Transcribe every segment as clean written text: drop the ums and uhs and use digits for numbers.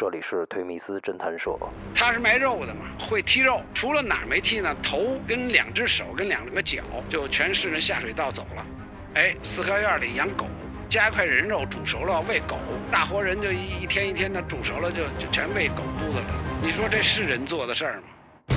这里是推迷思侦探社。 他是卖肉的嘛，会剔肉，除了哪儿没剔呢？头跟两只手跟两个脚就全顺着下水道走了。哎，四合院里养狗，加一块人肉煮熟了喂狗，大活人就一天一天的煮熟了就全喂狗肚子了。你说这是人做的事儿吗？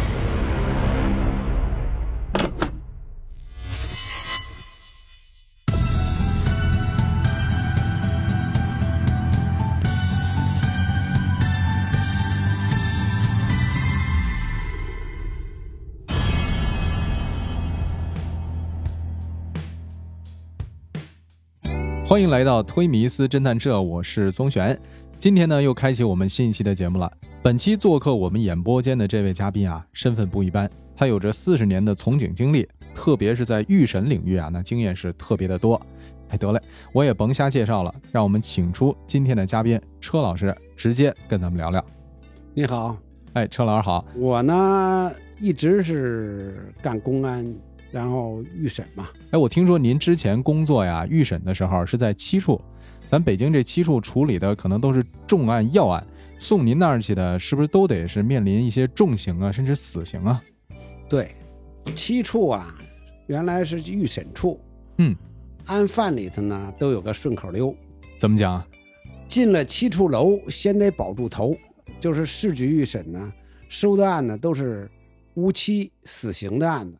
欢迎来到推迷思侦探社，我是宗璇。今天呢又开启我们新一期的节目了。本期做客我们演播间的这位嘉宾啊，身份不一般，他有着40年的从警经历，特别是在预审领域啊，那经验是特别的多。得嘞，我也甭瞎介绍了，让我们请出今天的嘉宾车老师，直接跟咱们聊聊。 你好， 车老师好。 我呢一直是干公安，然后预审嘛。 我听说您之前工作呀，预审的时候是在7处，咱北京这7处处理的可能都是重案要案，送您那儿去的是不是都得是面临一些重刑啊，甚至死刑啊？ 对，7处啊，原来是预审处。案犯里头呢都有个顺口溜。 怎么讲？ 进了7处楼，先得保住头。就是市局预审呢，收的案呢都是无期死刑的案子。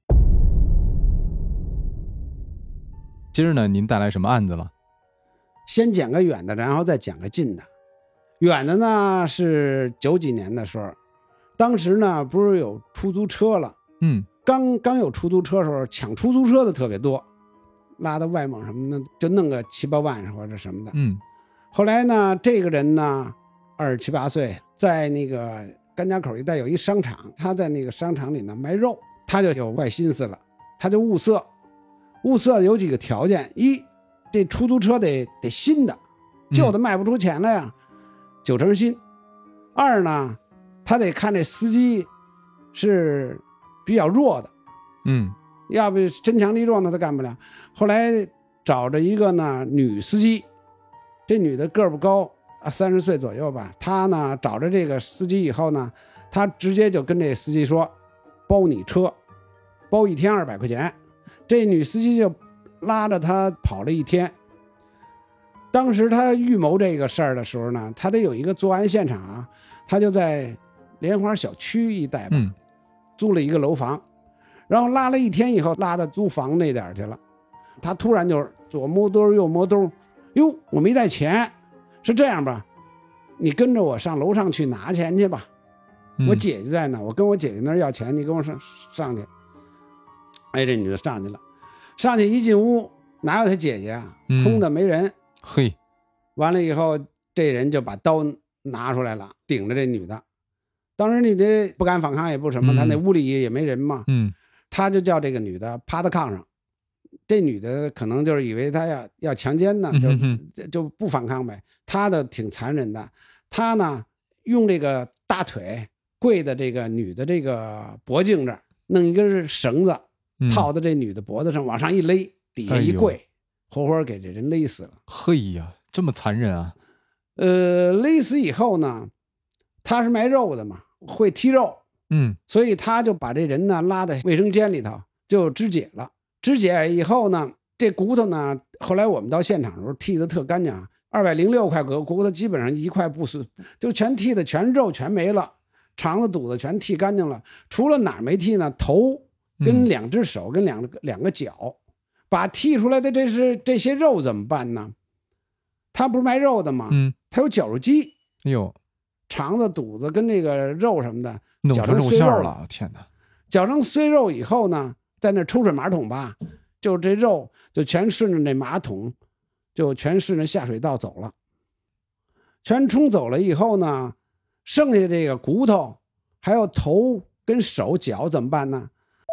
今儿呢您带来什么案子了？ 先讲个远的，然后再讲个近的。远的呢是90几年的时候，当时呢不是有出租车了，刚有出租车的时候，抢出租车的特别多，拉到外蒙什么的就弄个7、8万或者什么的。后来呢这个人呢27、28岁，在那个甘家口一带有一商场，他在那个商场里呢卖肉，他就有坏心思了，他就物色有几个条件：一，这出租车得新的，旧的卖不出钱来呀，9成新；二呢，他得看这司机是比较弱的，要不身强力壮的他干不了。后来找着一个呢女司机，这女的个儿不高，30岁左右吧。他呢找着这个司机以后呢，他直接就跟这司机说，包你车，包1天200块钱。这女司机就拉着他跑了1天。当时他预谋这个事儿的时候呢，他得有一个作案现场啊，他就在莲花小区一带吧，租了一个楼房，然后拉了1天以后，拉到租房那点去了。他突然就左摸兜右摸兜，哟，我没带钱，是这样吧，你跟着我上楼上去拿钱去吧，我姐姐在呢，我跟我姐姐那儿要钱，你跟我上去。这女的上去了，上去一进屋，哪有她姐姐啊？空的没人。完了以后，这人就把刀拿出来了，顶着这女的。当时女的不敢反抗，也不什么，她那屋里也没人嘛。他就叫这个女的趴在炕上，这女的可能就是以为他要强奸呢，就不反抗呗。他的挺残忍的，他呢用这个大腿跪在这个女的这个脖颈这儿，弄一根绳子套到这女的脖子上，往上一勒，底下一跪，活活给这人勒死了。 嘿呀，这么残忍啊！ 勒死以后呢，他是卖肉的嘛，会剔肉，所以他就把这人呢拉在卫生间里头就肢解了。肢解以后呢，这骨头呢，后来我们到现场的时候剔得特干净啊，206块骨头基本上一块不碎，就全剔的全肉全没了，肠子肚子全剔干净了，除了哪儿没剔呢？头跟2只手跟两个脚，把剔出来的这些肉怎么办呢？他不是卖肉的吗？他有绞肉机，肠子肚子跟那个肉什么的弄成肉馅了，天哪！ 绞成碎肉以后呢，在那抽水马桶吧，就这肉就全顺着那马桶，就全顺着下水道走了，全冲走了以后呢，剩下这个骨头还有头跟手脚怎么办呢？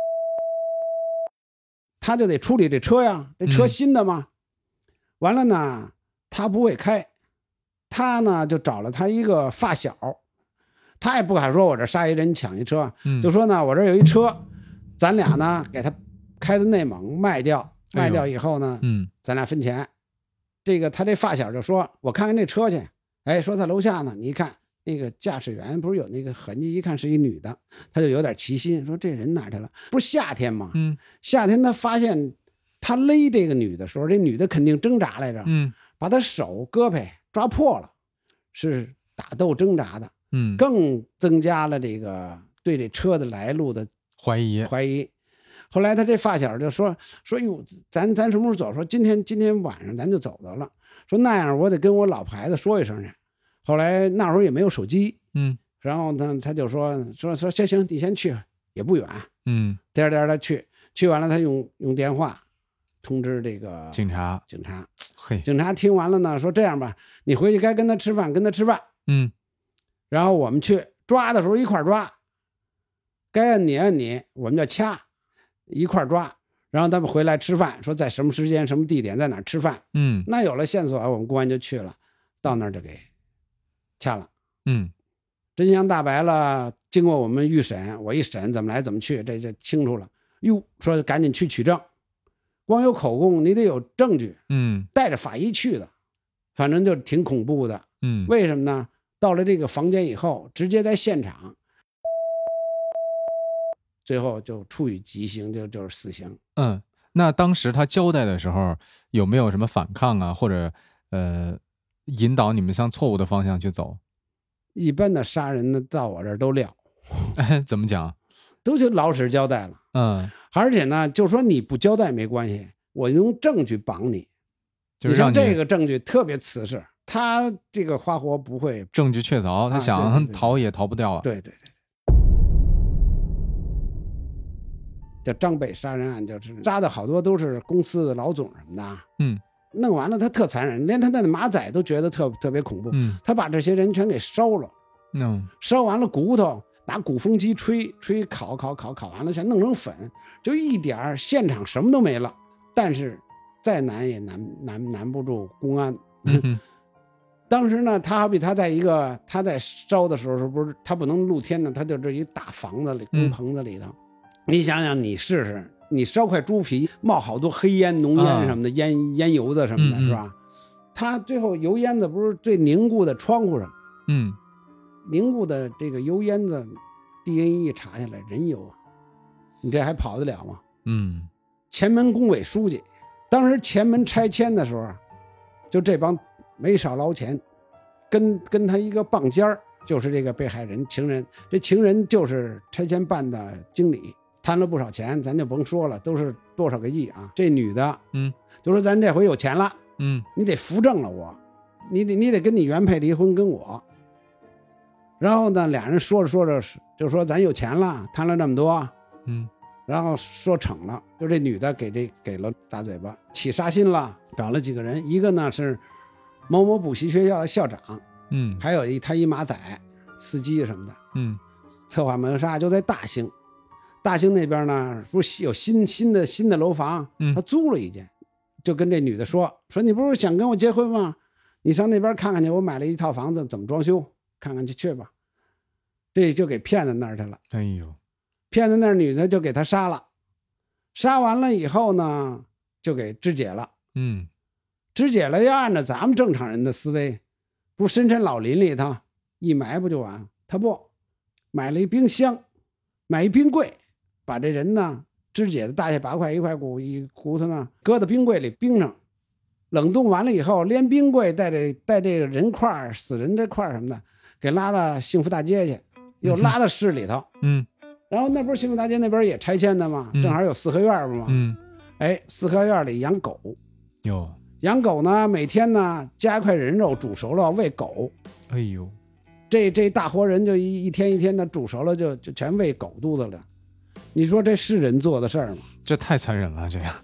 他就得处理这车呀，这车新的嘛。完了呢，他不会开，他呢就找了他一个发小，他也不敢说我这杀一人抢一车，就说呢我这有一车，咱俩呢给他开到内蒙卖掉以后呢，咱俩分钱。这个他这发小就说，我看看这车去， 哎，说他楼下呢，你一看那个驾驶员不是有那个痕迹，一看是一女的，他就有点奇心，说这人哪去了？不是夏天吗？夏天他发现他勒这个女的时候，这女的肯定挣扎来着，把他手胳膊抓破了，是打斗挣扎的，更增加了这个对这车的来路的怀疑。后来他这发小就说哟，咱什么时候走？说今天晚上咱就走得了。说那样我得跟我老婆孩子说一声去。后来那会儿也没有手机，然后呢他就说行，你先去，也不远，颠他去完了，他用电话通知这个警察。嘿，警察听完了呢，说这样吧，你回去该跟他吃饭，然后我们去抓的时候一块抓，该按你，我们叫掐，一块抓。然后他们回来吃饭，说在什么时间、什么地点，在哪吃饭。那有了线索，我们公安就去了，到那儿就给掐了。真相大白了。经过我们预审，我一审怎么来怎么去，这就清楚了。哟，说赶紧去取证，光有口供你得有证据。带着法医去的，反正就挺恐怖的。为什么呢？到了这个房间以后，直接在现场。最后就处以极刑，就是死刑。 那当时他交代的时候有没有什么反抗啊，或者引导你们向错误的方向去走？ 一般的杀人的到我这儿都撂。 怎么讲？ 都就老实交代了。而且呢，就说你不交代没关系，我用证据绑你。 就是你像这个证据特别瓷实，他这个花活不会， 证据确凿，他想逃也逃不掉了。 对。这张北杀人案就是杀的好多都是公司的老总什么的。弄完了他特残忍，连他的马仔都觉得特别恐怖。他把这些人全给烧了。烧完了骨头拿鼓风机吹烤完了全弄成粉，就一点现场什么都没了。但是再难也难不住公安。当时呢，他好比他在烧的时候，是不是他不能露天呢？他就这一大房子里工棚子里头。你想想，你试试，你烧块猪皮冒好多黑烟、浓烟什么的，烟油子什么的，是吧？他最后油烟子不是最凝固的窗户上，凝固的这个油烟子 DNA 查下来人油啊，你这还跑得了吗？前门工委书记，当时前门拆迁的时候，就这帮没少捞钱，跟他一个棒尖儿，就是这个被害人情人，这情人就是拆迁办的经理。贪了不少钱，咱就甭说了，都是多少个亿啊！这女的，就说咱这回有钱了，你得扶正了我，你得跟你原配离婚，跟我。然后呢，俩人说着就说咱有钱了，贪了那么多，然后说成了，就这女的给了大嘴巴，起杀心了，找了几个人，一个呢是某某补习学校的校长，还有他一马仔、司机什么的，策划谋杀就在大兴那边呢，不是有新的楼房，他租了一间，就跟这女的说你不是想跟我结婚吗？你上那边看看去，我买了一套房子，怎么装修，看看去吧。这就给骗到那儿去了。 哎呦， 骗到那儿，女的就给他杀了，杀完了以后呢，就给肢解了。肢解了要按照咱们正常人的思维，不深山老林里头一埋不就完了？他不，买了一冰箱，买一冰柜。把这人呢肢解的大卸8块，一块骨头呢搁到冰柜里冰上，冷冻完了以后，连冰柜带这个人块、死人这块什么的，给拉到幸福大街去，又拉到市里头。然后那不是幸福大街那边也拆迁的吗？正好有四合院嘛。四合院里养狗，养狗呢，每天呢加一块人肉煮熟了喂狗。 哎呦， 这大活人就一天一天的煮熟了，就全喂狗肚子了。你说这是人做的事儿吗？ 这太残忍了，这样。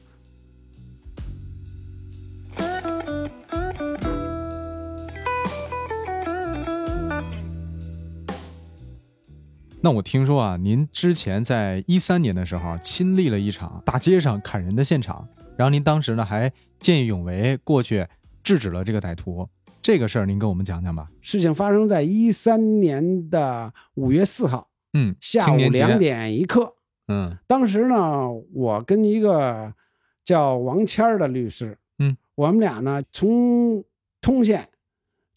那我听说啊，您之前在13年的时候亲历了一场大街上砍人的现场，然后您当时呢还见义勇为过去制止了这个歹徒，这个事儿您跟我们讲讲吧。 事情发生在13年的5月4号，下午2点1刻。当时呢，我跟一个叫王谦的律师，我们俩呢从通县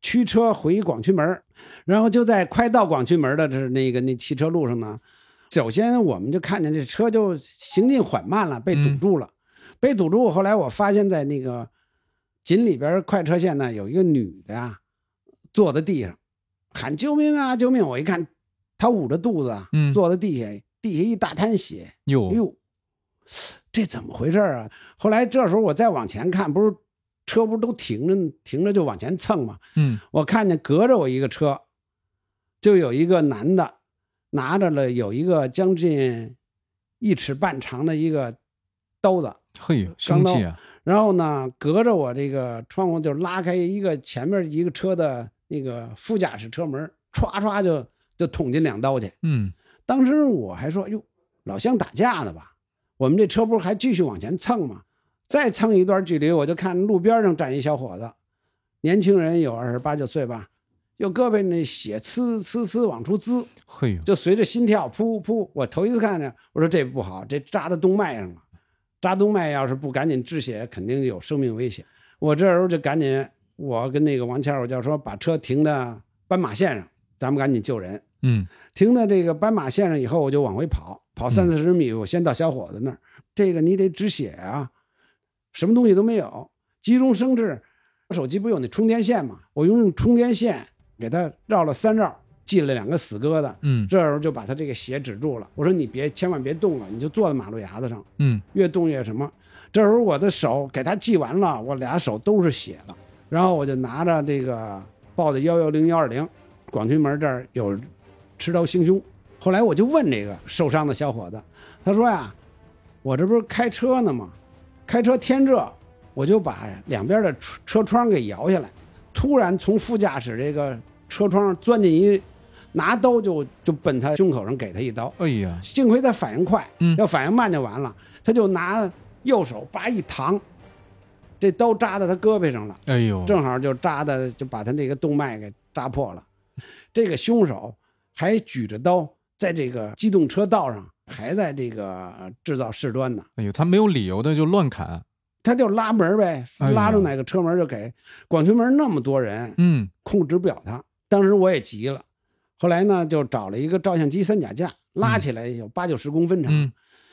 驱车回广渠门，然后就在快到广渠门的那汽车路上呢，首先我们就看见这车就行进缓慢了，被堵住了。被堵住，后来我发现在那个井里边快车线呢，有一个女的呀，坐在地上喊救命啊救命！我一看，她捂着肚子啊，坐在地下一大滩血。哟，这怎么回事啊？后来这时候我再往前看，不是车不是都停着就往前蹭吗？我看见隔着我一个车，就有一个男的拿着了有一个将近1尺半长的一个刀子， 嘿，凶器啊！ 然后呢，隔着我这个窗户就拉开一个前面一个车的那个副驾驶车门，歘歘就捅进2刀去。当时我还说，哟，老乡打架呢吧？我们这车不是还继续往前蹭吗？再蹭一段距离，我就看路边上站一小伙子，年轻人有28、9岁吧，右胳膊那血呲往出滋， 嘿， 就随着心跳噗噗。我头一次看见，我说这不好，这扎到动脉上了。扎动脉要是不赶紧止血，肯定有生命危险。我这时候就赶紧，我跟那个王谦，我就说把车停在斑马线上，咱们赶紧救人。停在这个斑马线上以后，我就往回跑30-40米，我先到小伙子那儿。这个你得止血啊，什么东西都没有，急中生智，手机不有那充电线吗？我用充电线给他绕了3绕，系了2个死疙瘩。这时候就把他这个血止住了。我说你千万别动了，你就坐在马路牙子上。越动越什么。这时候我的手给他系完了，我俩手都是血了。然后我就拿着这个报的110、120，广渠门这儿有持刀行凶。后来我就问这个受伤的小伙子，他说呀，我这不是开车呢吗？开车天热，我就把两边的车窗给摇下来，突然从副驾驶这个车窗钻进拿刀就奔他胸口上给他一刀。 哎呀， 幸亏他反应快，要反应慢就完了。他就拿右手叭一扛，这刀扎在他胳膊上了。 哎呦， 正好就把他那个动脉给扎破了。这个凶手还举着刀在这个机动车道上还在这个制造事端呢。 哎呦，他没有理由的就乱砍， 他就拉门呗，拉住哪个车门就给。广渠门那么多人，控制不了他。当时我也急了，后来呢就找了一个照相机3脚架，拉起来有80-90公分长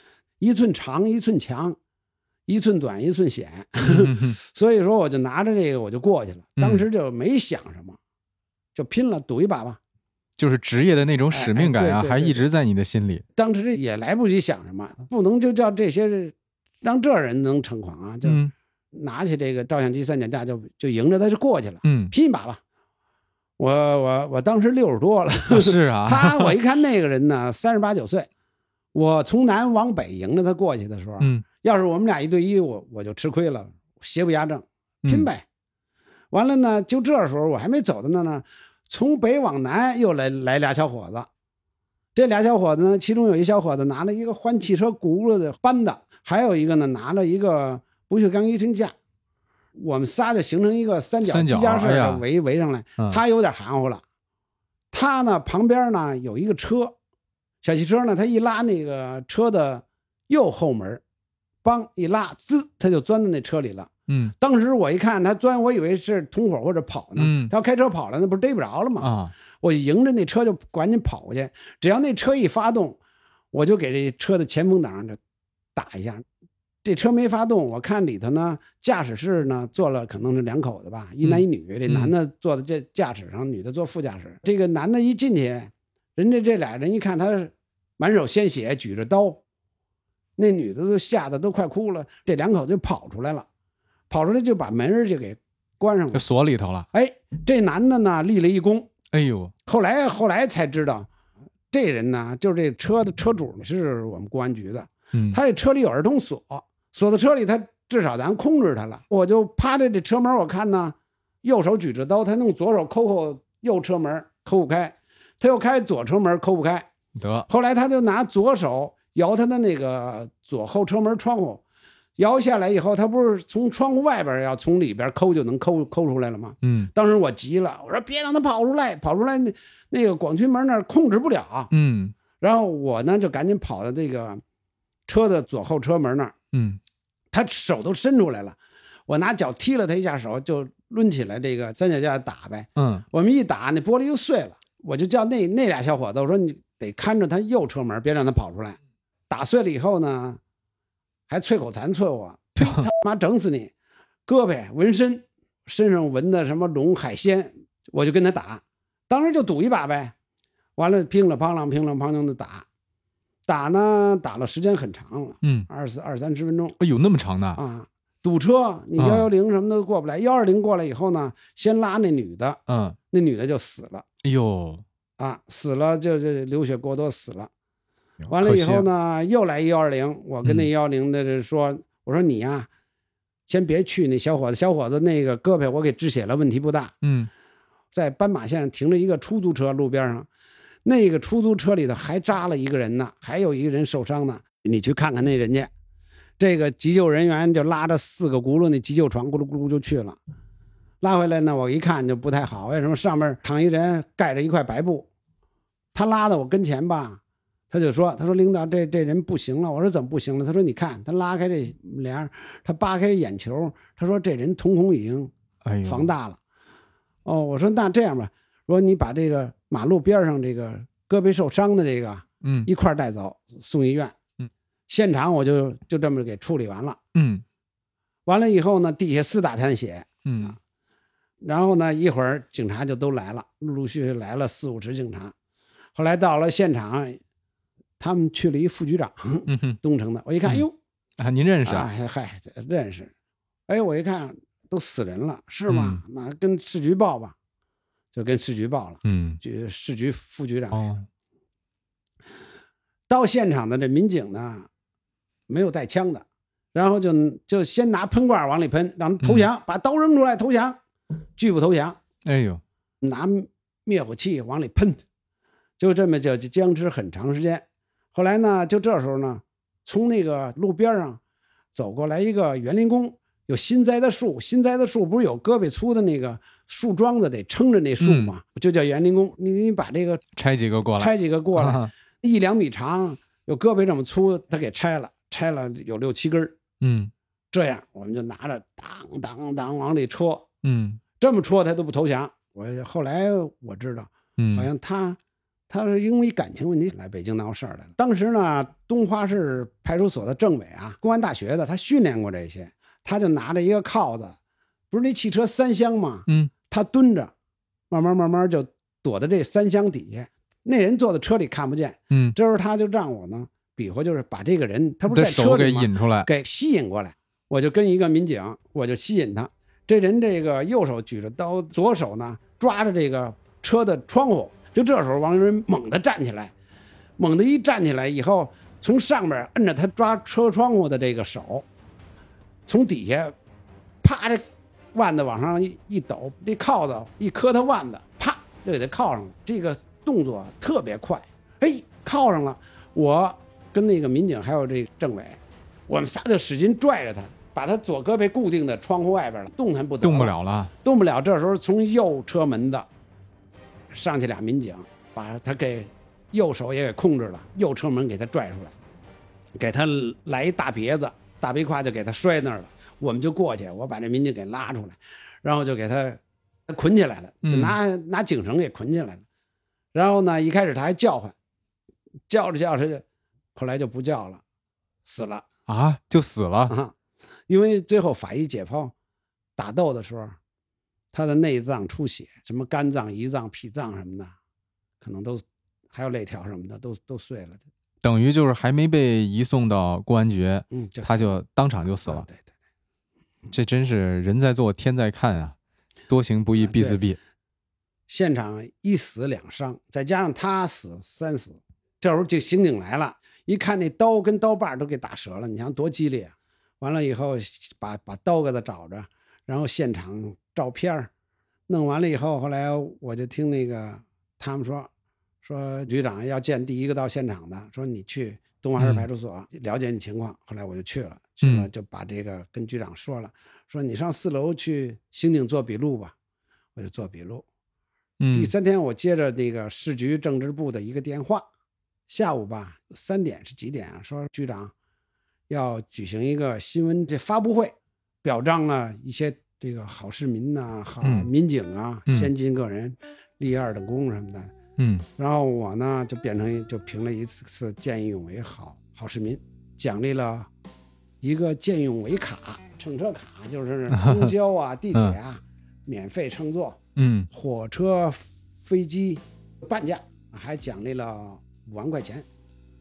，1寸长1寸强，1寸短1寸险。所以说我就拿着这个我就过去了，当时就没想什么，就拼了，赌一把吧。 就是职业的那种使命感啊，还一直在你的心里。 当时也来不及想什么，不能就叫这些让这人能逞狂啊！就拿起这个照相机3脚架就迎着他就过去了，拼一把吧。我当时60多了， 是啊。 我一看那个人呢38、9岁，我从南往北迎着他过去的时候，要是我们俩1对1，我就吃亏了，邪不压正，拼呗。完了呢，就这时候我还没走到那呢。从北往南又来俩小伙子，这俩小伙子呢，其中有一小伙子拿了一个换汽车轱辘的扳子，还有一个呢拿了一个不锈钢1升架，我们仨就形成一个三角机架式的围上来。他有点含糊了，他呢旁边呢有一个车，小汽车呢，他一拉那个车的右后门，梆一拉，滋，他就钻到那车里了。当时我一看他钻，我以为是同伙或者跑呢。他要开车跑了，那不是逮不着了吗？我迎着那车就赶紧跑过去，只要那车一发动，我就给这车的前风挡就打一下。这车没发动，我看里头呢，驾驶室呢坐了可能是2口子吧，一男一女。这男的坐在这驾驶上，女的坐副驾驶。这个男的一进去，人家这俩人一看他满手鲜血，举着刀，那女的都吓得都快哭了。这2口子就跑出来了。跑出来就把门就给关上了， 就锁里头了。 这男的呢立了一功。 哎呦， 后来才知道，这人呢就是这车的车主是我们公安局的。他这车里有儿童锁，锁在车里，他至少咱控制他了。我就趴着这车门，我看呢，右手举着刀，他用左手抠右车门，抠不开，他又开左车门，抠不开。 得， 后来他就拿左手摇他的那个左后车门窗户。摇下来以后，他不是从窗户外边要从里边抠就能抠出来了吗？当时我急了，我说别让他跑出来那个广渠门那儿控制不了。然后我呢就赶紧跑到这个车的左后车门那儿。他手都伸出来了，我拿脚踢了他一下手，就抡起来这个三脚架打呗。我们一打那玻璃就碎了，我就叫那俩小伙子，我说你得看着他右车门，别让他跑出来。打碎了以后呢，还啐口痰啐我，呸，他妈整死你！胳膊纹身，身上纹的什么龙海鲜，我就跟他打，当时就赌一把呗。完了乒了乓啷乒啷乓啷的打呢，打了时间很长了，20-30分钟。 有那么长呢？ 啊，堵车，你110什么都过不来。120过来以后呢，先拉那女的，那女的就死了。 哎呦， 死了就流血过多死了。完了以后呢，又来120，我跟那110的说，我说你呀，先别去那小伙子那个胳膊我给止血了，问题不大。在斑马线上停着一个出租车，路边上，那个出租车里头还扎了一个人呢，还有一个人受伤呢。你去看看那人家，这个急救人员就拉着4个轱辘那急救床咕噜咕噜就去了。拉回来呢，我一看就不太好，为什么上面躺一人盖着一块白布？他拉到我跟前吧，他说领导这人不行了。我说怎么不行了？他说你看他拉开这帘，他扒开眼球，他说这人瞳孔已经放大了。我说那这样吧，说你把这个马路边上这个胳膊受伤的这个一块带走送医院。现场我就这么给处理完了。完了以后呢，地下4大滩血。然后呢，一会儿警察就都来了，陆陆续续来了40-50警察。后来到了现场，他们去了一副局长，东城的。我一看，哟， 您认识啊？ 嗨，认识。我一看都死人了，是吗？那跟市局报吧，就跟市局报了。市局副局长。到现场的这民警呢，没有带枪的，然后就先拿喷罐往里喷，让他投降，把刀扔出来投降，拒不投降。拿灭火器往里喷，就这么就僵持很长时间。后来呢，就这时候呢，从那个路边上走过来一个园林工，有新栽的树不是有胳膊粗的那个树桩子得撑着那树吗？就叫园林工。你把这个拆几个过来 1-2米长，有胳膊这么粗，他给拆了有6-7根。这样我们就拿着当当当往里戳。这么戳他都不投降。后来我知道，好像他是因为感情问题来北京闹事儿来了。当时呢，东华市派出所的政委公安大学的，他训练过这些，他就拿着一个铐子，不是那汽车3厢吗？他蹲着，慢慢就躲在这3厢底下。那人坐在车里看不见。这时候他就让我呢比划，就是把这个人他不是在车里吗？ 给引出来， 给吸引过来。我就跟一个民警，我就吸引他。这人这个右手举着刀，左手呢抓着这个车的窗户。就这时候王仁猛地站起来，猛地一站起来以后，从上面摁着他抓车窗户的这个手，从底下啪这腕子往上一抖，这铐子一磕他腕子，啪就给他铐上了。这个动作特别快，铐上了。我跟那个民警还有这政委，我们仨就使劲拽着他，把他左胳膊固定在窗户外边了，动弹不得，动不了。这时候从右车门的上去俩民警，把他给右手也给控制了，右车门给他拽出来，给他来一大别子，大背胯就给他摔那儿了。我们就过去，我把这民警给拉出来，然后就给他捆起来了，就拿警绳给捆起来了。然后呢，一开始他还叫唤，叫着，后来就不叫了，死了就死了因为最后法医解剖打斗的时候，他的内脏出血，什么肝脏、胰脏、脾脏什么的，可能都还有肋条什么的都碎了， 等于就是还没被移送到公安局，他就当场就死了。 对， 这真是人在做天在看啊，多行不义必自毙。 现场1死2伤，再加上他死3死。这时候就刑警来了，一看那刀跟刀把都给打折了，你想多激烈啊！完了以后把刀给他找着，然后现场照片弄完了以后，后来我就听那个他们说局长要见第一个到现场的，说你去东华市派出所了解你情况。后来我就去了就把这个跟局长说了，说你上4楼去刑警做笔录吧。我就做笔录。第3天我接着那个市局政治部的一个电话，下午吧3点是几点啊？说局长要举行一个新闻发布会，表彰了一些这个好市民呐、好民警啊、先进个人、立二等功什么的。然后我呢就评了一次见义勇为好市民，奖励了一个见义勇为卡，乘车卡，就是公交啊、地铁啊免费乘坐，火车、飞机半价，还奖励了5万块钱。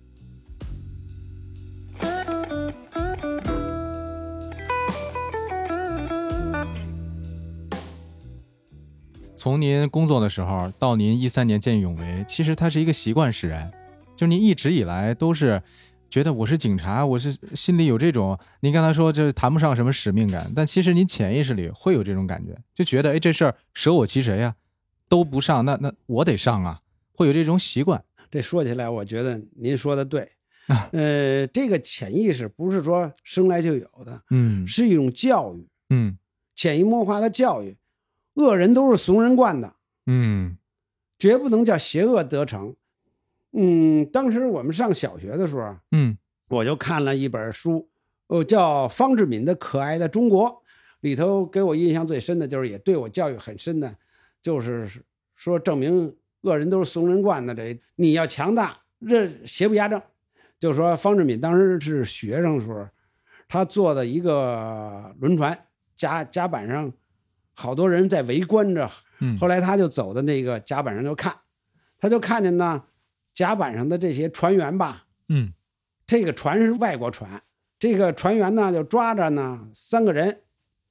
从您工作的时候到您13年见义勇为，其实它是一个习惯使然，就您一直以来都是觉得我是警察，我是心里有这种，您刚才说这谈不上什么使命感，但其实您潜意识里会有这种感觉，就觉得这事儿舍我其谁啊，都不上，那我得上啊，会有这种习惯。 这说起来我觉得您说的对，这个潜意识不是说生来就有的，是一种教育，潜移默化的教育。恶人都是怂人惯的，绝不能叫邪恶得逞。当时我们上小学的时候，我就看了一本书，叫方志敏的《可爱的中国》，里头给我印象最深的就是也对我教育很深的，就是说证明恶人都是怂人惯的，这你要强大，这邪不压正。就是说方志敏当时是学生的时候，他坐的一个轮船，甲板上好多人在围观着，后来他就走到那个甲板上就看，他就看见呢甲板上的这些船员吧，这个船是外国船，这个船员呢就抓着呢3个人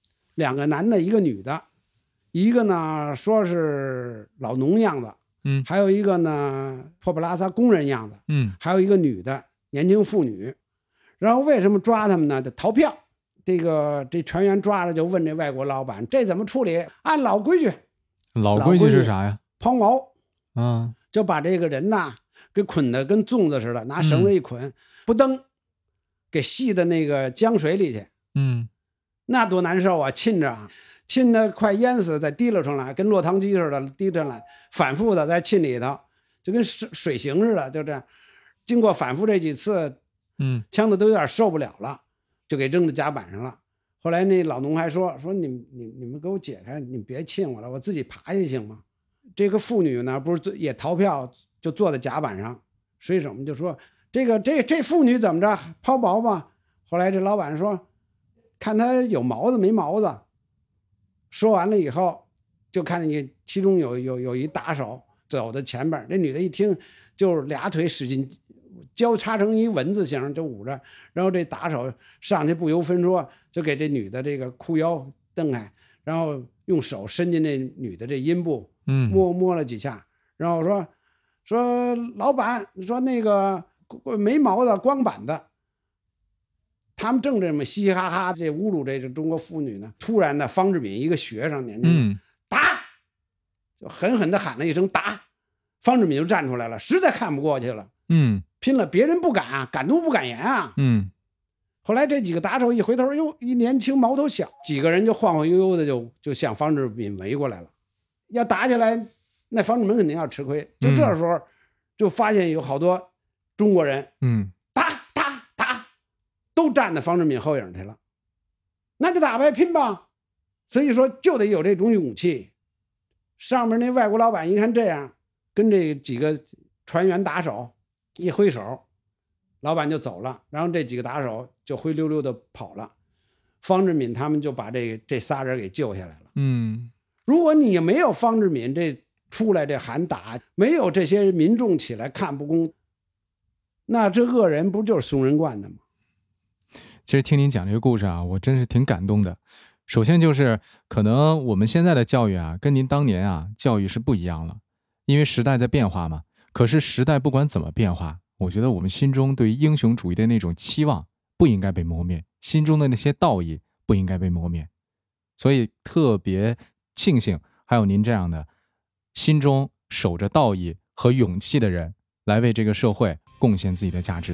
，2个男的，1个女的，一个呢说是老农样子，还有一个呢破布拉萨工人样子，还有一个女的年轻妇女。然后为什么抓他们呢？逃票。这船员抓着就问这外国老板，这怎么处理？按老规矩。 老规矩是啥呀？ 抛锚，就把这个人呐给捆得跟粽子似的，拿绳子一捆，不蹬，给系到那个江水里去。那多难受啊！浸得快淹死，再提溜上来，跟落汤鸡似的提上来，反复的在浸里头，就跟水刑似的，就这样。经过反复这几次，枪子都有点受不了了。就给扔到甲板上了。后来那老农还说你们给我解开，你别亲我了，我自己爬下行吗？这个妇女呢，不是也逃票，就坐在甲板上。水手们就说这妇女怎么着抛锚吧？后来这老板说，看她有毛子没毛子。说完了以后，就看见其中有一打手走到前边，那女的一听，就是2腿使劲。交叉成一文字形就捂着，然后这打手上去不由分说就给这女的这个裤腰蹬开，然后用手伸进这女的这阴部，摸了几下，然后说老板，说那个没毛的光板的。他们正这么嘻嘻哈哈这侮辱这中国妇女呢，突然呢方志敏一个学生年轻打，就狠狠地喊了一声打，方志敏就站出来了，实在看不过去了，拼了，别人不敢啊，敢怒不敢言啊。后来这几个打手一回头，哟，一年轻毛头小，几个人就晃晃悠悠的就向方志敏围过来了。要打起来，那方志敏肯定要吃亏。就这时候，就发现有好多中国人，打，都站在方志敏后影去了。那就打呗，拼吧。所以说，就得有这种勇气。上面那外国老板一看这样，跟这几个船员打手。一挥手，老板就走了，然后这几个打手就灰溜溜的跑了。方志敏他们就把这仨人给救下来了。如果你没有方志敏这出来这喊打，没有这些民众起来看不公，那这恶人不就是怂人惯的吗？ 其实听您讲这个故事啊，我真是挺感动的。首先就是可能我们现在的教育啊，跟您当年啊教育是不一样了，因为时代在变化嘛。可是时代不管怎么变化，我觉得我们心中对于英雄主义的那种期望不应该被磨灭，心中的那些道义不应该被磨灭。所以特别庆幸还有您这样的心中守着道义和勇气的人来为这个社会贡献自己的价值。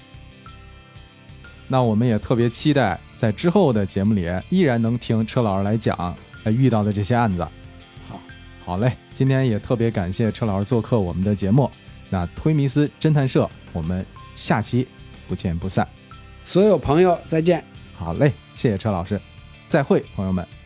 那我们也特别期待在之后的节目里依然能听车老师来讲遇到的这些案子。好嘞，今天也特别感谢车老师做客我们的节目。那推迷思侦探社，我们下期不见不散。 所有朋友再见。 好嘞，谢谢车老师，再会，朋友们。